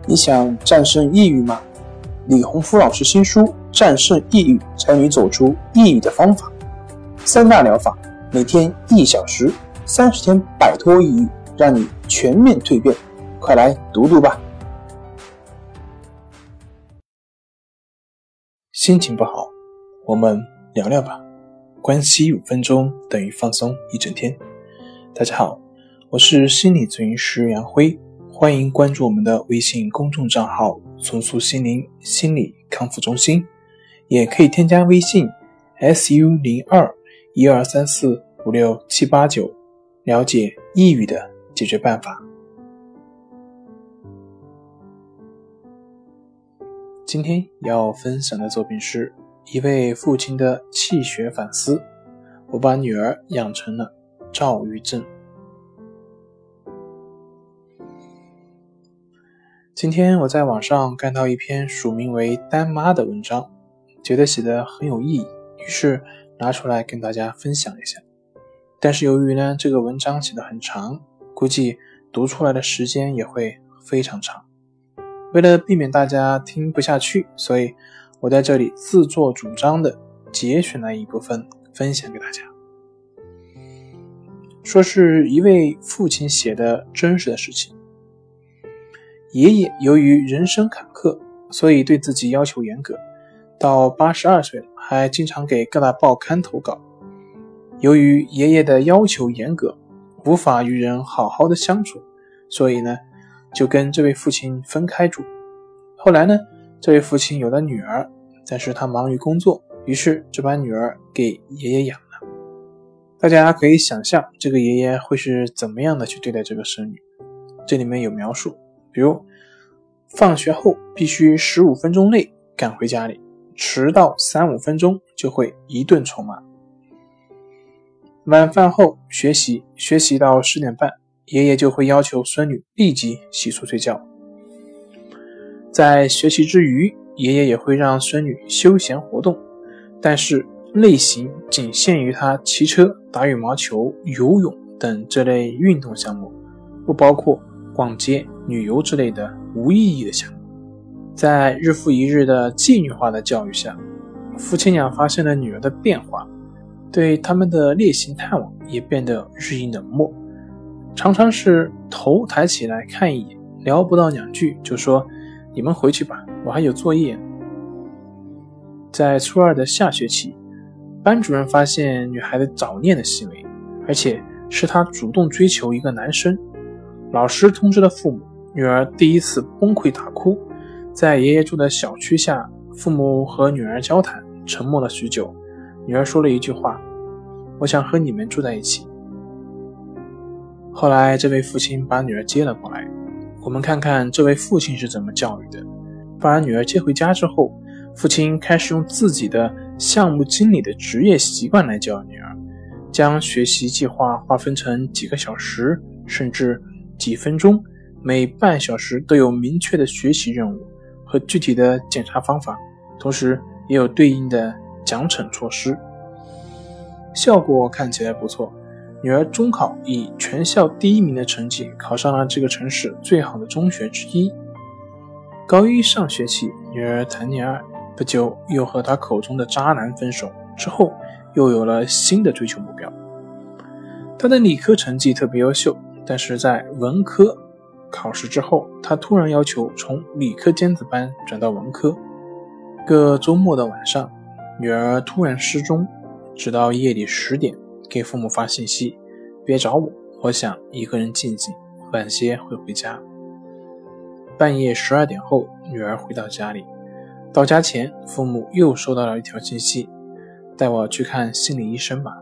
你想战胜抑郁吗？李洪福老师新书《战胜抑郁，教你走出抑郁的方法》，3大疗法，每天1小时，30天摆脱抑郁，让你全面蜕变。快来读读吧。心情不好，我们聊聊吧。关系5分钟等于放松1整天。大家好，我是心理咨询师杨辉，欢迎关注我们的微信公众账号重塑心灵心理康复中心，也可以添加微信 SU02-1234-56789 了解抑郁的解决办法。今天要分享的作品是一位父亲的气血反思，我把女儿养成了躁郁症。今天我在网上看到一篇署名为丹妈的文章，觉得写得很有意义，于是拿出来跟大家分享一下。但是由于呢这个文章写得很长，估计读出来的时间也会非常长。为了避免大家听不下去，所以我在这里自作主张的节选了一部分分享给大家。说是一位父亲写的真实的事情。爷爷由于人生坎坷，所以对自己要求严格，到82岁了还经常给各大报刊投稿。由于爷爷的要求严格，无法与人好好的相处，所以呢就跟这位父亲分开住。后来呢这位父亲有了女儿，但是他忙于工作，于是就把女儿给爷爷养了。大家可以想象这个爷爷会是怎么样的去对待这个孙女。这里面有描述，比如放学后必须15分钟内赶回家里，迟到3-5分钟就会一顿臭骂。晚饭后学习到10点半，爷爷就会要求孙女立即洗漱睡觉。在学习之余，爷爷也会让孙女休闲活动，但是类型仅限于他骑车、打羽毛球、游泳等这类运动项目，不包括逛街、旅游之类的无意义的项目。在日复一日的妓女化的教育下，父亲俩发现了女儿的变化，对他们的例行探望也变得日益冷漠，常常是头抬起来看一眼，聊不到2句就说你们回去吧，我还有作业。在初2的下学期，班主任发现女孩子早恋的行为，而且是她主动追求一个男生。老师通知了父母，女儿第一次崩溃大哭。在爷爷住的小区下，父母和女儿交谈，沉默了许久。女儿说了一句话：我想和你们住在一起。后来这位父亲把女儿接了过来，我们看看这位父亲是怎么教育的。把女儿接回家之后，父亲开始用自己的项目经理的职业习惯来教女儿，将学习计划划分成几个小时，甚至几分钟，每半小时都有明确的学习任务和具体的检查方法，同时也有对应的奖惩措施。效果看起来不错，女儿中考以全校第1名的成绩考上了这个城市最好的中学之一。高1上学期，女儿谈恋爱，不久又和她口中的渣男分手，之后又有了新的追求目标。她的理科成绩特别优秀，但是在文科考试之后，她突然要求从理科尖子班转到文科。个周末的晚上，女儿突然失踪，直到夜里10点给父母发信息，别找我想一个人静静，晚些会回家。半夜12点后，女儿回到家里，到家前父母又收到了一条信息，带我去看心理医生吧。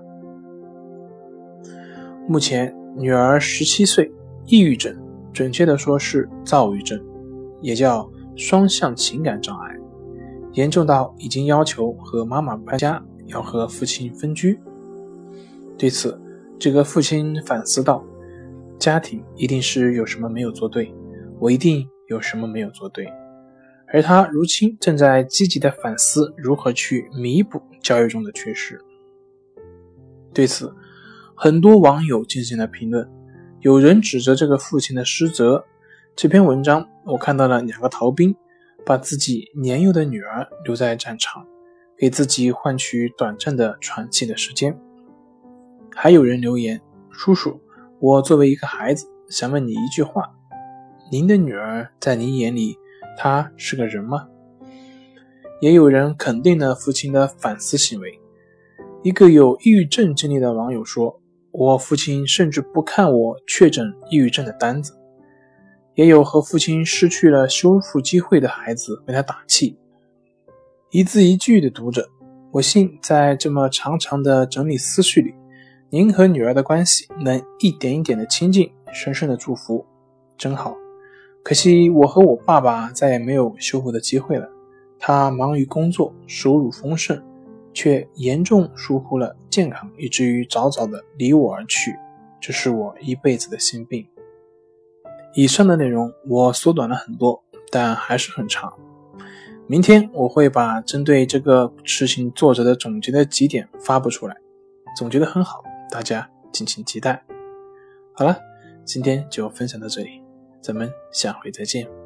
目前女儿17岁，抑郁症，准确的说是躁郁症，也叫双向情感障碍，严重到已经要求和妈妈搬家，要和父亲分居。对此，这个父亲反思道，家庭一定是有什么没有做对，我一定有什么没有做对，而他如今正在积极的反思如何去弥补教育中的缺失。对此，很多网友进行了评论，有人指责这个父亲的失责，这篇文章我看到了2个逃兵把自己年幼的女儿留在战场，给自己换取短暂的喘气的时间。还有人留言，叔叔，我作为一个孩子想问你一句话，您的女儿在你眼里她是个人吗？也有人肯定了父亲的反思行为。一个有抑郁症经历的网友说，我父亲甚至不看我确诊抑郁症的单子。也有和父亲失去了修复机会的孩子为他打气。一字一句的读着，我信在这么长长的整理思绪里，您和女儿的关系能一点一点的亲近，深深的祝福，真好。可惜我和我爸爸再也没有修复的机会了，他忙于工作，收入丰盛，却严重疏忽了健康，以至于早早的离我而去，这是我一辈子的心病。以上的内容我缩短了很多，但还是很长。明天我会把针对这个事情作者的总结的几点发布出来，总结得很好，大家敬请期待。好了，今天就分享到这里，咱们下回再见。